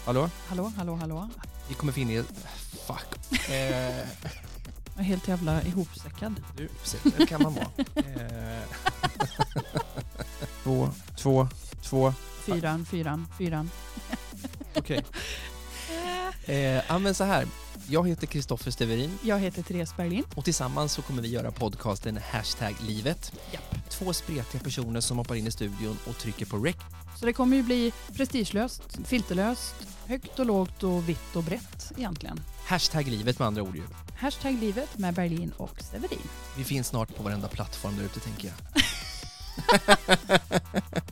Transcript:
Hallå? Hallå. Vi kommer få in i... Fuck. Jag är helt jävla ihopsäckad. Du, det kan man vara. 2. Fyran. Okej. Men så här. Jag heter Kristoffer Steverin. Jag heter Therese Berglin. Och tillsammans så kommer vi göra podcasten #livet. Japp. 2 spretiga personer som hoppar in i studion och trycker på rec. Så det kommer ju bli prestigelöst, filterlöst, högt och lågt och vitt och brett egentligen. #livet med andra ord ju. #livet med Berlin och Steverin. Vi finns snart på varenda plattform där ute, tänker jag.